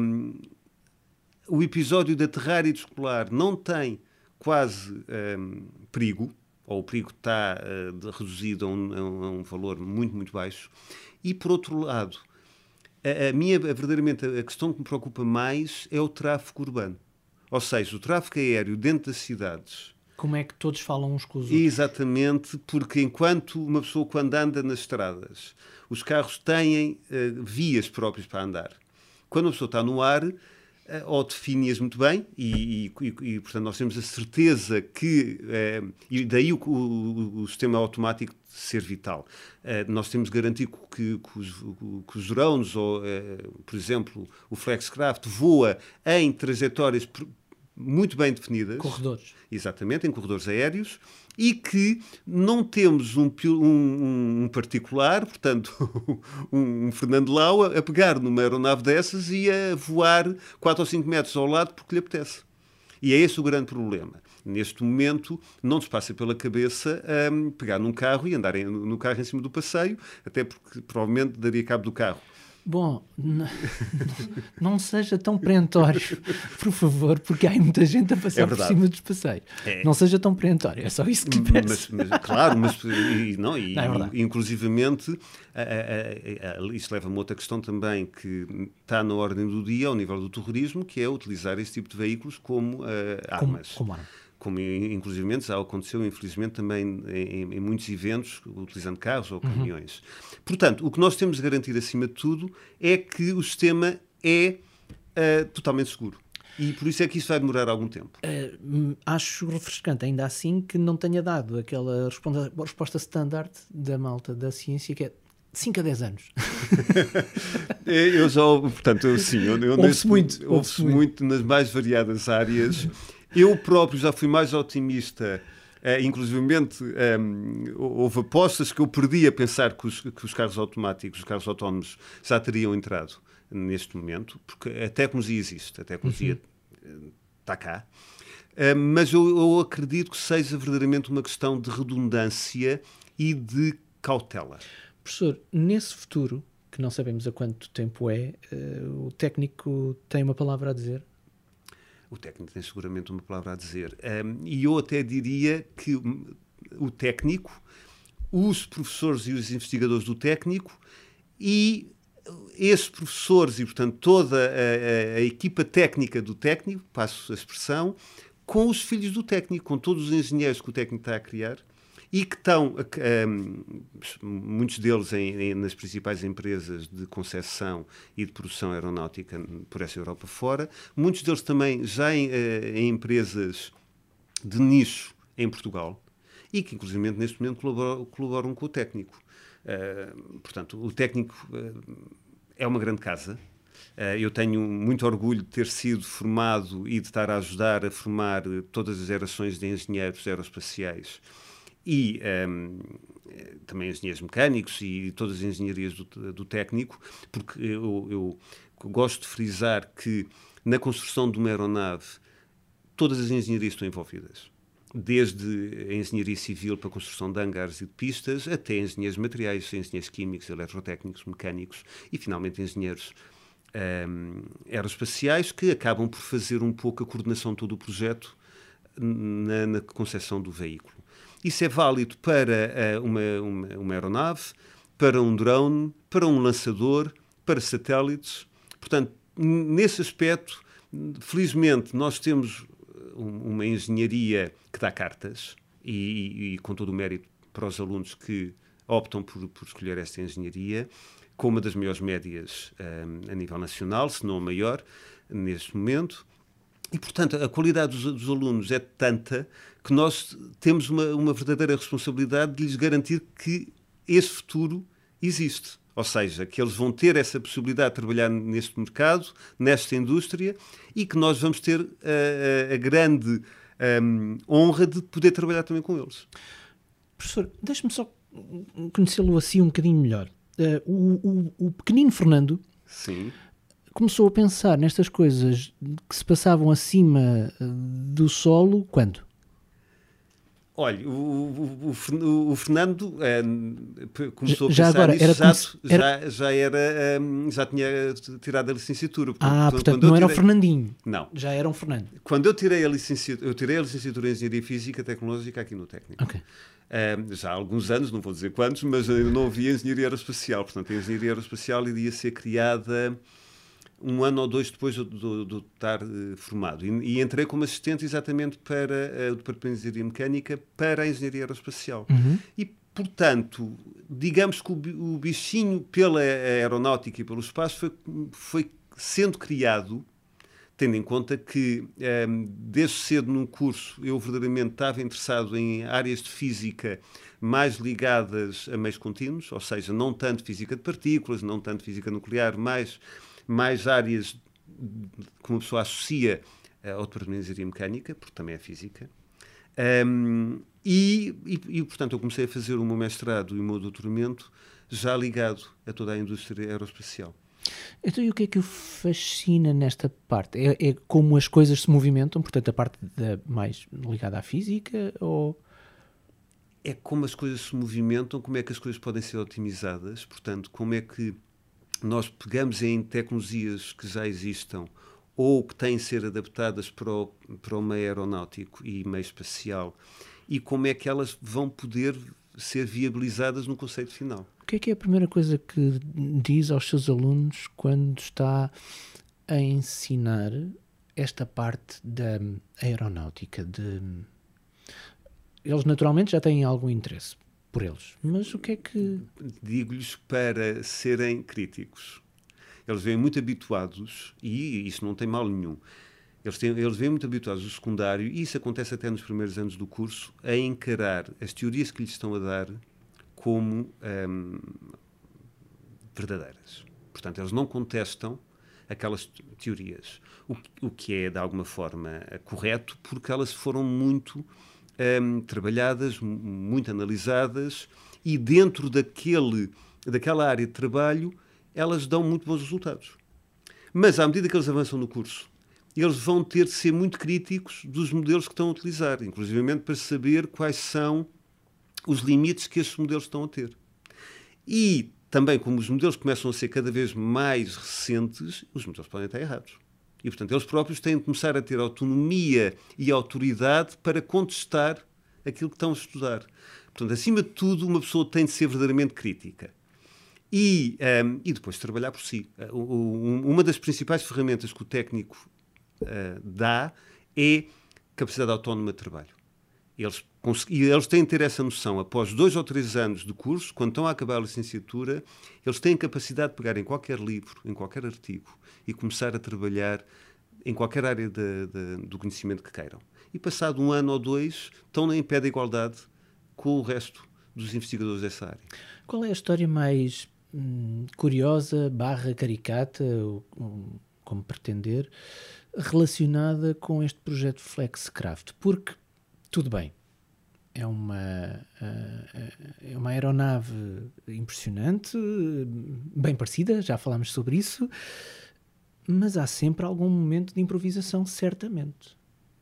Speaker 1: o episódio de aterrar e descolar não tem quase perigo, ou o perigo está reduzido a um valor muito, muito baixo. E, por outro lado, verdadeiramente, a questão que me preocupa mais é o tráfego urbano. Ou seja, o tráfego aéreo dentro das cidades.
Speaker 2: Como é que todos falam uns com os outros?
Speaker 1: Exatamente, porque enquanto uma pessoa, quando anda nas estradas, os carros têm vias próprias para andar. Quando uma pessoa está no ar, ou define-as muito bem, e portanto, nós temos a certeza que, e daí o sistema automático ser vital. Nós temos de garantir que os drones, ou, por exemplo, o Flexcraft, voa em trajetórias muito bem definidas.
Speaker 2: Corredores.
Speaker 1: Exatamente, em corredores aéreos, e que não temos um particular, portanto, um Fernando Lau, a pegar numa aeronave dessas e a voar 4 ou 5 metros ao lado porque lhe apetece. E é esse o grande problema. Neste momento, não nos passa pela cabeça pegar num carro e andar no carro em cima do passeio, até porque provavelmente daria cabo do carro.
Speaker 2: Bom, não seja tão perentório, por favor, porque há muita gente a passar por cima dos passeios. Não seja tão perentório, é só isso que lhe peço.
Speaker 1: Claro, inclusivamente, isto leva-me a outra questão também que está na ordem do dia, ao nível do terrorismo, que é utilizar esse tipo de veículos como armas.
Speaker 2: Como arma.
Speaker 1: Como inclusive já aconteceu, infelizmente, também em muitos eventos, utilizando carros ou caminhões. Portanto, o que nós temos de garantir, acima de tudo, é que o sistema é totalmente seguro. E por isso é que isso vai demorar algum tempo.
Speaker 2: Acho refrescante, ainda assim, que não tenha dado aquela resposta standard da malta da ciência, que é 5 a 10 anos.
Speaker 1: Eu já, portanto, sim, ouve-se muito nas mais variadas áreas. Eu próprio já fui mais otimista, inclusivamente houve apostas que eu perdi a pensar que os carros automáticos, os carros autónomos já teriam entrado neste momento, porque a tecnologia existe, a tecnologia está cá, mas eu acredito que seja verdadeiramente uma questão de redundância e de cautela.
Speaker 2: Professor, nesse futuro, que não sabemos há quanto tempo é, o técnico tem uma palavra a dizer?
Speaker 1: O técnico tem seguramente uma palavra a dizer. E eu até diria que o técnico, os professores e os investigadores do técnico e esses professores e, portanto, toda a equipa técnica do técnico, passo a expressão, com os filhos do técnico, com todos os engenheiros que o técnico está a criar e que estão, muitos deles nas principais empresas de concessão e de produção aeronáutica por essa Europa fora, muitos deles também já em empresas de nicho em Portugal e que, inclusive, neste momento colaboram com o técnico. Portanto, o técnico é uma grande casa. Eu tenho muito orgulho de ter sido formado e de estar a ajudar a formar todas as gerações de engenheiros aeroespaciais e também engenheiros mecânicos e todas as engenharias do técnico, porque eu gosto de frisar que na construção de uma aeronave todas as engenharias estão envolvidas. Desde a engenharia civil para a construção de hangares e de pistas, até engenheiros materiais, engenheiros químicos, eletrotécnicos, mecânicos e, finalmente, engenheiros aeroespaciais que acabam por fazer um pouco a coordenação de todo o projeto na concepção do veículo. Isso é válido para uma aeronave, para um drone, para um lançador, para satélites. Portanto, nesse aspecto, felizmente, nós temos uma engenharia que dá cartas e com todo o mérito para os alunos que optam por escolher esta engenharia, com uma das maiores médias a nível nacional, se não a maior, neste momento. E, portanto, a qualidade dos alunos é tanta que nós temos uma verdadeira responsabilidade de lhes garantir que esse futuro existe. Ou seja, que eles vão ter essa possibilidade de trabalhar neste mercado, nesta indústria, e que nós vamos ter a grande honra de poder trabalhar também com eles.
Speaker 2: Professor, deixe-me só conhecê-lo assim um bocadinho melhor. O pequenino Fernando...
Speaker 1: Sim.
Speaker 2: Começou a pensar nestas coisas que se passavam acima do solo quando?
Speaker 1: Olha, o Fernando começou
Speaker 2: já
Speaker 1: a pensar
Speaker 2: agora,
Speaker 1: nisso, já tinha tirado a licenciatura.
Speaker 2: Portanto não era o Fernandinho.
Speaker 1: Não.
Speaker 2: Já era um Fernando.
Speaker 1: Quando eu tirei a licenciatura em Engenharia Física Tecnológica aqui no Técnico.
Speaker 2: Ok.
Speaker 1: Já há alguns anos, não vou dizer quantos, mas eu não havia Engenharia Aeroespacial. Portanto, a Engenharia Aeroespacial iria ser criada um ano ou dois depois de estar formado. E entrei como assistente exatamente para o Departamento de Engenharia Mecânica para a Engenharia Aeroespacial.
Speaker 2: Uhum.
Speaker 1: E, portanto, digamos que o bichinho pela aeronáutica e pelo espaço foi sendo criado, tendo em conta que, desde cedo no curso, eu verdadeiramente estava interessado em áreas de física mais ligadas a meios contínuos, ou seja, não tanto física de partículas, não tanto física nuclear, mais áreas que uma pessoa associa ao departamento de engenharia mecânica, porque também é física. Portanto, eu comecei a fazer o meu mestrado e o meu doutoramento já ligado a toda a indústria aeroespacial.
Speaker 2: Então, e o que é que o fascina nesta parte? É como as coisas se movimentam, portanto, a parte mais ligada à física, ou...
Speaker 1: É como as coisas se movimentam, como é que as coisas podem ser otimizadas, portanto, como é que nós pegamos em tecnologias que já existam ou que têm de ser adaptadas para o meio aeronáutico e meio espacial, e como é que elas vão poder ser viabilizadas no conceito final.
Speaker 2: O que é a primeira coisa que diz aos seus alunos quando está a ensinar esta parte da aeronáutica? Eles naturalmente já têm algum interesse por eles, mas o que é que...
Speaker 1: Digo-lhes para serem críticos. Eles vêm muito habituados, e isso não tem mal nenhum, eles vêm muito habituados do secundário, e isso acontece até nos primeiros anos do curso, a encarar as teorias que lhes estão a dar como verdadeiras. Portanto, eles não contestam aquelas teorias, o que é, de alguma forma, correto, porque elas foram muito trabalhadas, muito analisadas, e dentro daquela área de trabalho elas dão muito bons resultados. Mas, à medida que eles avançam no curso, eles vão ter de ser muito críticos dos modelos que estão a utilizar, inclusivamente para saber quais são os limites que esses modelos estão a ter. E também, como os modelos começam a ser cada vez mais recentes, os modelos podem estar errados. E, portanto, eles próprios têm de começar a ter autonomia e autoridade para contestar aquilo que estão a estudar. Portanto, acima de tudo, uma pessoa tem de ser verdadeiramente crítica. E depois trabalhar por si. Uma das principais ferramentas que o técnico dá é capacidade autónoma de trabalho. Eles têm de ter essa noção. Após 2 ou 3 anos de curso, quando estão a acabar a licenciatura, eles têm capacidade de pegar em qualquer livro, em qualquer artigo, e começar a trabalhar em qualquer área do conhecimento que queiram. E passado 1 ano ou 2, estão em pé de igualdade com o resto dos investigadores dessa área.
Speaker 2: Qual é a história mais curiosa, caricata, como pretender, relacionada com este projeto Flexcraft? Porque, tudo bem, é uma aeronave impressionante, bem parecida, já falámos sobre isso, mas há sempre algum momento de improvisação, certamente.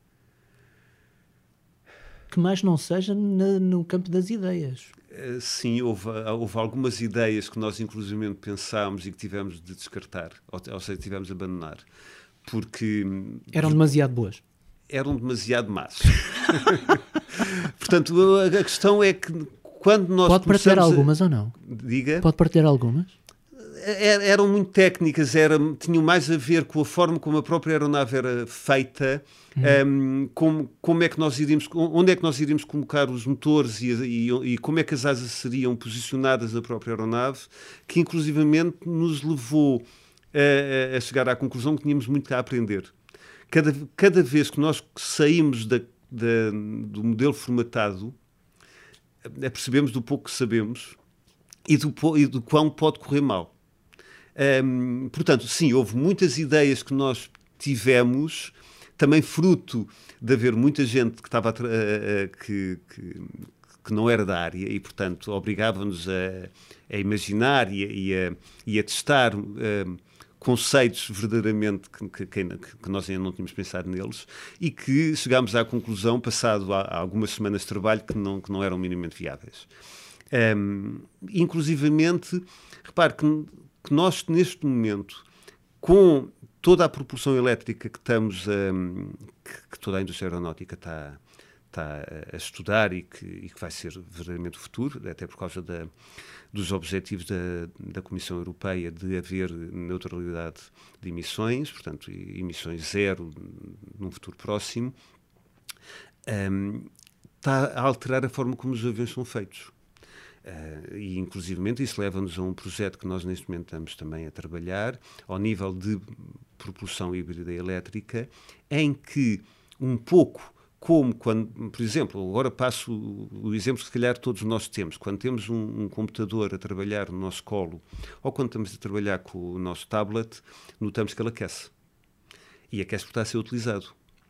Speaker 2: Que mais não seja no campo das ideias.
Speaker 1: Sim, houve algumas ideias que nós inclusivamente pensámos e que tivemos de descartar, ou seja, tivemos de abandonar, porque...
Speaker 2: Eram demasiado boas.
Speaker 1: Eram demasiado más. Portanto, a questão é que quando nós
Speaker 2: Pode partilhar algumas ou não?
Speaker 1: Diga.
Speaker 2: Pode partilhar algumas?
Speaker 1: Eram muito técnicas, tinham mais a ver com a forma como a própria aeronave era feita, como é que nós iríamos, onde é que nós iríamos colocar os motores e como é que as asas seriam posicionadas na própria aeronave, que inclusivamente nos levou a chegar à conclusão que tínhamos muito a aprender. Cada vez que nós saímos do modelo formatado, percebemos do pouco que sabemos e do quão pode correr mal. Portanto, sim, houve muitas ideias que nós tivemos, também fruto de haver muita gente que estava que não era da área e, portanto, obrigava-nos a imaginar e a testar conceitos verdadeiramente que nós ainda não tínhamos pensado neles e que chegámos à conclusão, passado algumas semanas de trabalho, que não eram minimamente viáveis. Inclusivamente, repare que nós, neste momento, com toda a propulsão elétrica que toda a indústria aeronáutica está a estudar e que vai ser verdadeiramente o futuro, até por causa dos objetivos da Comissão Europeia de haver neutralidade de emissões, portanto, emissões zero num futuro próximo, está a alterar a forma como os aviões são feitos. E, inclusivamente, isso leva-nos a um projeto que nós, neste momento, estamos também a trabalhar, ao nível de propulsão híbrida elétrica, em que, um pouco como quando, por exemplo, agora passo o exemplo que se calhar todos nós temos, quando temos um computador a trabalhar no nosso colo, ou quando estamos a trabalhar com o nosso tablet, notamos que ele aquece. E aquece porque está a ser utilizado.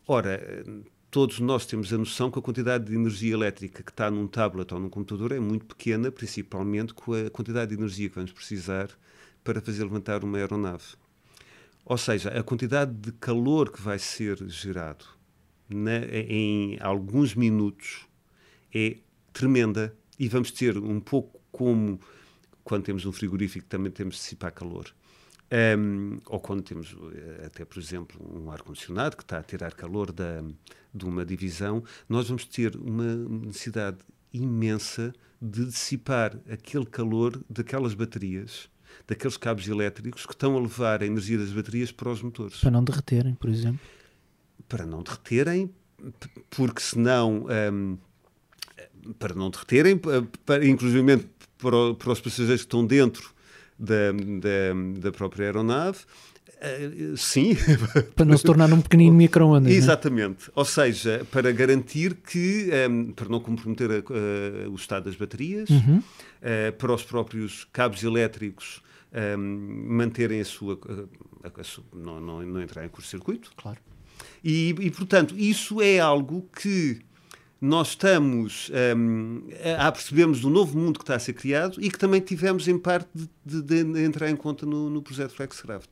Speaker 1: Ora, todos nós temos a noção que a quantidade de energia elétrica que está num tablet ou num computador é muito pequena, principalmente com a quantidade de energia que vamos precisar para fazer levantar uma aeronave. Ou seja, a quantidade de calor que vai ser gerado em alguns minutos é tremenda, e vamos ter um pouco como quando temos um frigorífico, também temos de dissipar calor. Ou quando temos, até por exemplo, um ar-condicionado que está a tirar calor de uma divisão, nós vamos ter uma necessidade imensa de dissipar aquele calor daquelas baterias, daqueles cabos elétricos que estão a levar a energia das baterias para os motores.
Speaker 2: Para não derreterem, por exemplo.
Speaker 1: Para não derreterem, porque senão... para não derreterem, inclusive para os passageiros que estão dentro da própria aeronave, sim.
Speaker 2: Para não se tornar um pequenino micro-ondas.
Speaker 1: Exatamente. Ou seja, para garantir que, para não comprometer o estado das baterias, para os próprios cabos elétricos manterem a sua não entrar em curto-circuito.
Speaker 2: Claro.
Speaker 1: E, portanto, isso é algo que nós estamos a percebermos do novo mundo que está a ser criado e que também tivemos, em parte, de entrar em conta no projeto Flexcraft.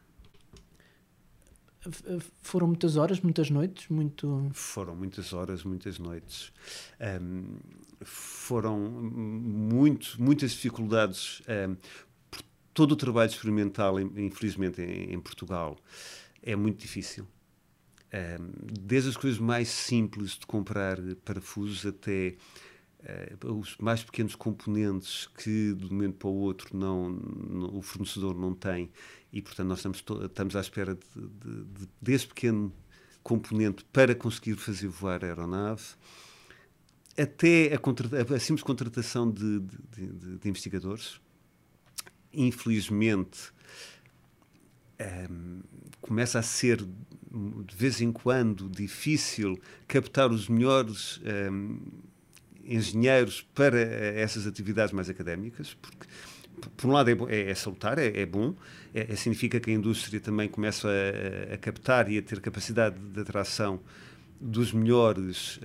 Speaker 2: Foram muitas horas, muitas noites?
Speaker 1: Foram muitas horas, muitas noites. Foram muitas dificuldades. Todo o trabalho experimental, infelizmente, em Portugal, é muito difícil. Desde as coisas mais simples de comprar parafusos até os mais pequenos componentes que de um momento para o outro o fornecedor não tem, e portanto nós estamos à espera desse pequeno componente para conseguir fazer voar a aeronave, até a simples contratação de investigadores. Infelizmente começa a ser de vez em quando difícil captar os melhores engenheiros para essas atividades mais académicas, porque por um lado é salutar, é bom, significa que a indústria também começa a captar e a ter capacidade de atração dos melhores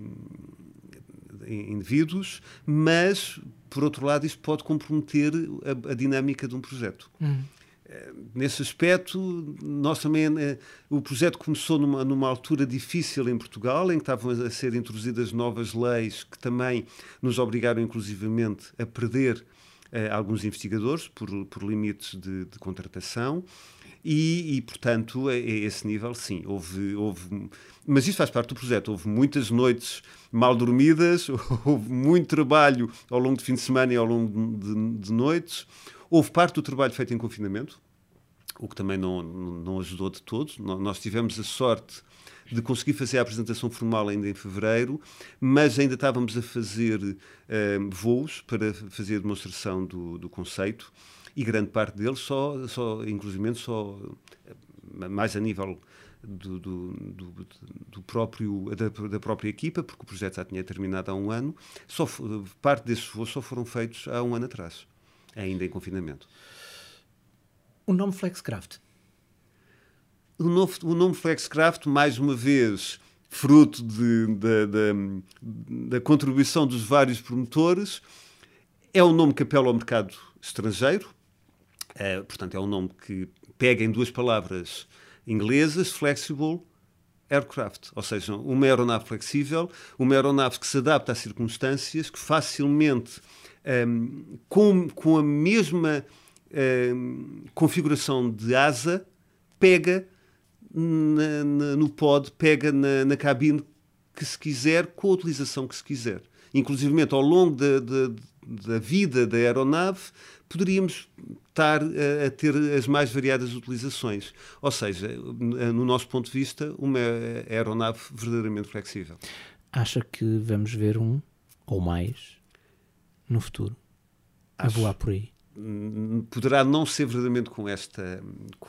Speaker 1: indivíduos, mas por outro lado isto pode comprometer a dinâmica de um projeto. Nesse aspecto, nós também, o projeto começou numa altura difícil em Portugal, em que estavam a ser introduzidas novas leis que também nos obrigaram, inclusivamente, a perder alguns investigadores por limites de contratação. E, portanto, a esse nível, sim, houve... Mas isso faz parte do projeto. Houve muitas noites mal dormidas, houve muito trabalho ao longo do fim de semana e ao longo de noites. Houve parte do trabalho feito em confinamento, o que também não ajudou de todo. Nós tivemos a sorte de conseguir fazer a apresentação formal ainda em fevereiro, mas ainda estávamos a fazer voos para fazer a demonstração do conceito, e grande parte deles inclusivamente só mais a nível da própria equipa, porque o projeto já tinha terminado há um ano, parte desses voos só foram feitos há um ano atrás, ainda em confinamento.
Speaker 2: O nome Flexcraft?
Speaker 1: O nome Flexcraft, mais uma vez, fruto da contribuição dos vários promotores, é um nome que apela ao mercado estrangeiro. Portanto, é um nome que pega em duas palavras inglesas, flexible aircraft, ou seja, uma aeronave flexível, uma aeronave que se adapta às circunstâncias, que facilmente, com a mesma configuração de asa, pega no pod, pega na cabine que se quiser, com a utilização que se quiser. Inclusivamente, ao longo da vida da aeronave, poderíamos estar a ter as mais variadas utilizações. Ou seja, no nosso ponto de vista, uma aeronave verdadeiramente flexível.
Speaker 2: Acha que vamos ver um ou mais no futuro a voar por aí?
Speaker 1: Poderá não ser verdadeiramente com esta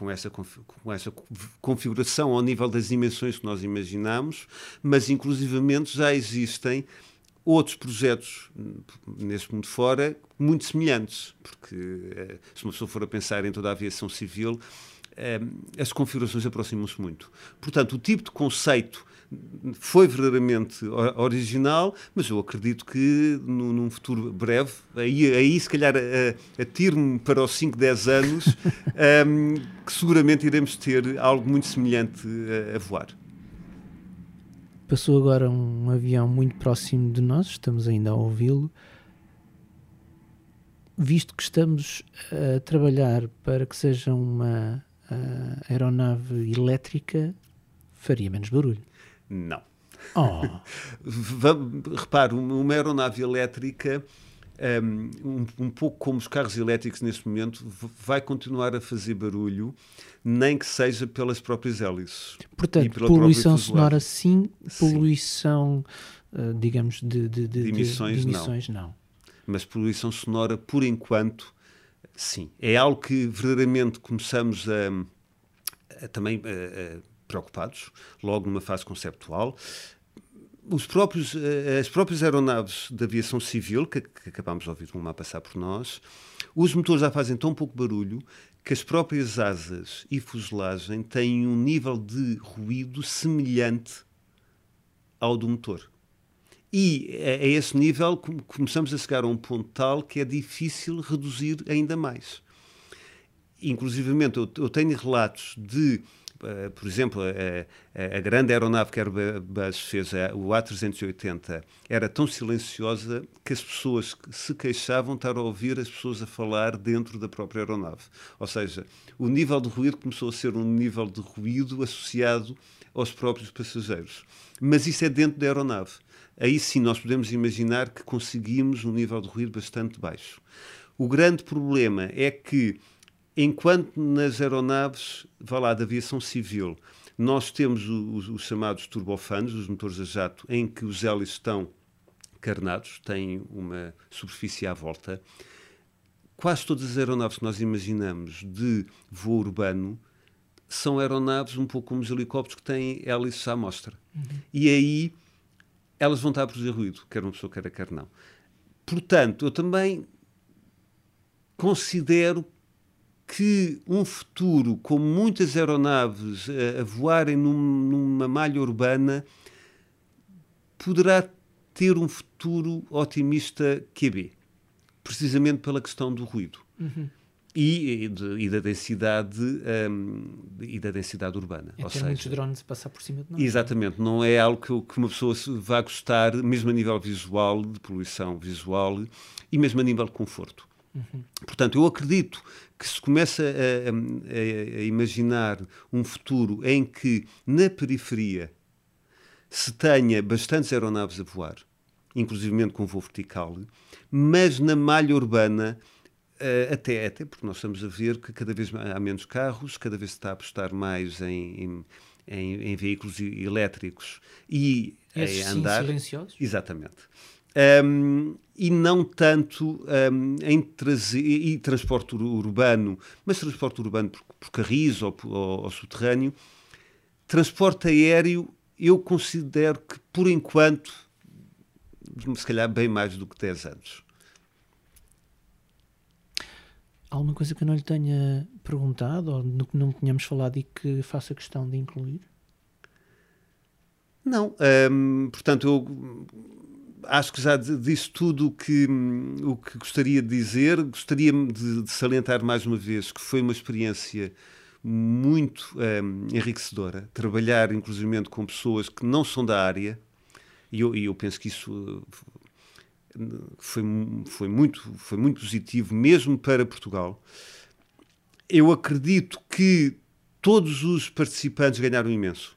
Speaker 1: configuração ao nível das dimensões que nós imaginamos, mas inclusivamente já existem outros projetos neste mundo fora muito semelhantes, porque se uma pessoa for a pensar em toda a aviação civil, as configurações aproximam-se muito. Portanto, o tipo de conceito foi verdadeiramente original, mas eu acredito que num futuro breve, aí se calhar atiro-me para os 5, 10 anos, que seguramente iremos ter algo muito semelhante a voar.
Speaker 2: Passou agora um avião muito próximo de nós, estamos ainda a ouvi-lo. Visto que estamos a trabalhar para que seja uma aeronave elétrica, faria menos barulho.
Speaker 1: Não.
Speaker 2: Oh.
Speaker 1: Repare, uma aeronave elétrica, um pouco como os carros elétricos neste momento, vai continuar a fazer barulho, nem que seja pelas próprias hélices.
Speaker 2: Portanto, poluição sonora sim, poluição, digamos, de emissões não.
Speaker 1: Mas poluição sonora, por enquanto, sim. É algo que verdadeiramente começamos também preocupados, logo numa fase conceptual. As próprias aeronaves da aviação civil, que acabámos de ouvir uma a passar por nós, os motores já fazem tão pouco barulho que as próprias asas e fuselagem têm um nível de ruído semelhante ao do motor. E a esse nível começamos a chegar a um ponto tal que é difícil reduzir ainda mais. Inclusivamente, eu tenho relatos de, por exemplo, a grande aeronave que a Airbus fez, o A380, era tão silenciosa que as pessoas se queixavam de estar a ouvir as pessoas a falar dentro da própria aeronave. Ou seja, o nível de ruído começou a ser um nível de ruído associado aos próprios passageiros. Mas isso é dentro da aeronave. Aí sim nós podemos imaginar que conseguimos um nível de ruído bastante baixo. O grande problema é que, enquanto nas aeronaves, da aviação civil, nós temos os chamados turbofanos, os motores a jato, em que os hélices estão carnados, têm uma superfície à volta. Quase todas as aeronaves que nós imaginamos de voo urbano são aeronaves um pouco como os helicópteros que têm hélices à mostra. E aí elas vão estar a produzir ruído, quer uma pessoa queira, quer não. Portanto, eu também considero que um futuro com muitas aeronaves a voarem numa malha urbana poderá ter um futuro otimista QB, precisamente pela questão do ruído. E da densidade urbana.
Speaker 2: É ter muitos drones a passar por cima de nós.
Speaker 1: Exatamente, não é algo que uma pessoa vá gostar, mesmo a nível visual, de poluição visual, e mesmo a nível de conforto. Portanto, eu acredito que se começa a imaginar um futuro em que, na periferia, se tenha bastantes aeronaves a voar, inclusivamente com voo vertical, mas na malha urbana, até porque nós estamos a ver que cada vez há menos carros, cada vez se está a apostar mais em veículos elétricos e
Speaker 2: em andar silenciosos.
Speaker 1: Exatamente. E não tanto em transporte urbano, mas transporte urbano por carris ou subterrâneo. Transporte aéreo, eu considero que, por enquanto, se calhar bem mais do que 10 anos.
Speaker 2: Alguma coisa que eu não lhe tenha perguntado ou no que não tínhamos falado e que faça questão de incluir?
Speaker 1: Não. Portanto, eu acho que já disse tudo o que gostaria de dizer. Gostaria de salientar mais uma vez que foi uma experiência muito enriquecedora. Trabalhar, inclusive, com pessoas que não são da área. E eu penso que isso foi muito positivo, mesmo para Portugal. Eu acredito que todos os participantes ganharam imenso.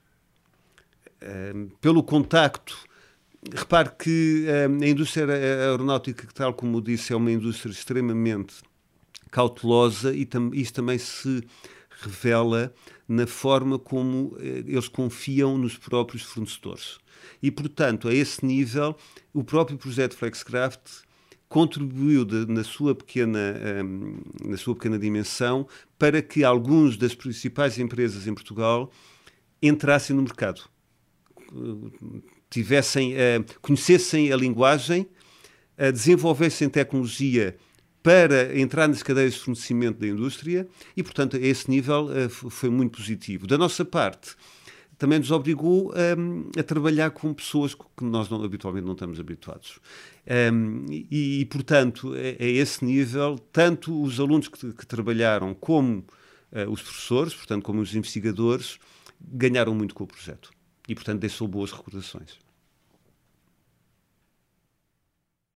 Speaker 1: Pelo contacto, repare que a indústria aeronáutica, tal como disse, é uma indústria extremamente cautelosa e isso também se revela na forma como eles confiam nos próprios fornecedores. E, portanto, a esse nível, o próprio projeto Flexcraft contribuiu na sua pequena dimensão para que alguns das principais empresas em Portugal entrassem no mercado, conhecessem a linguagem, desenvolvessem tecnologia para entrar nas cadeias de fornecimento da indústria e, portanto, a esse nível foi muito positivo. Da nossa parte, também nos obrigou a trabalhar com pessoas que nós habitualmente não estamos habituados. Portanto, a esse nível, tanto os alunos que trabalharam como os professores, portanto, como os investigadores, ganharam muito com o projeto. E, portanto, deixou boas recordações.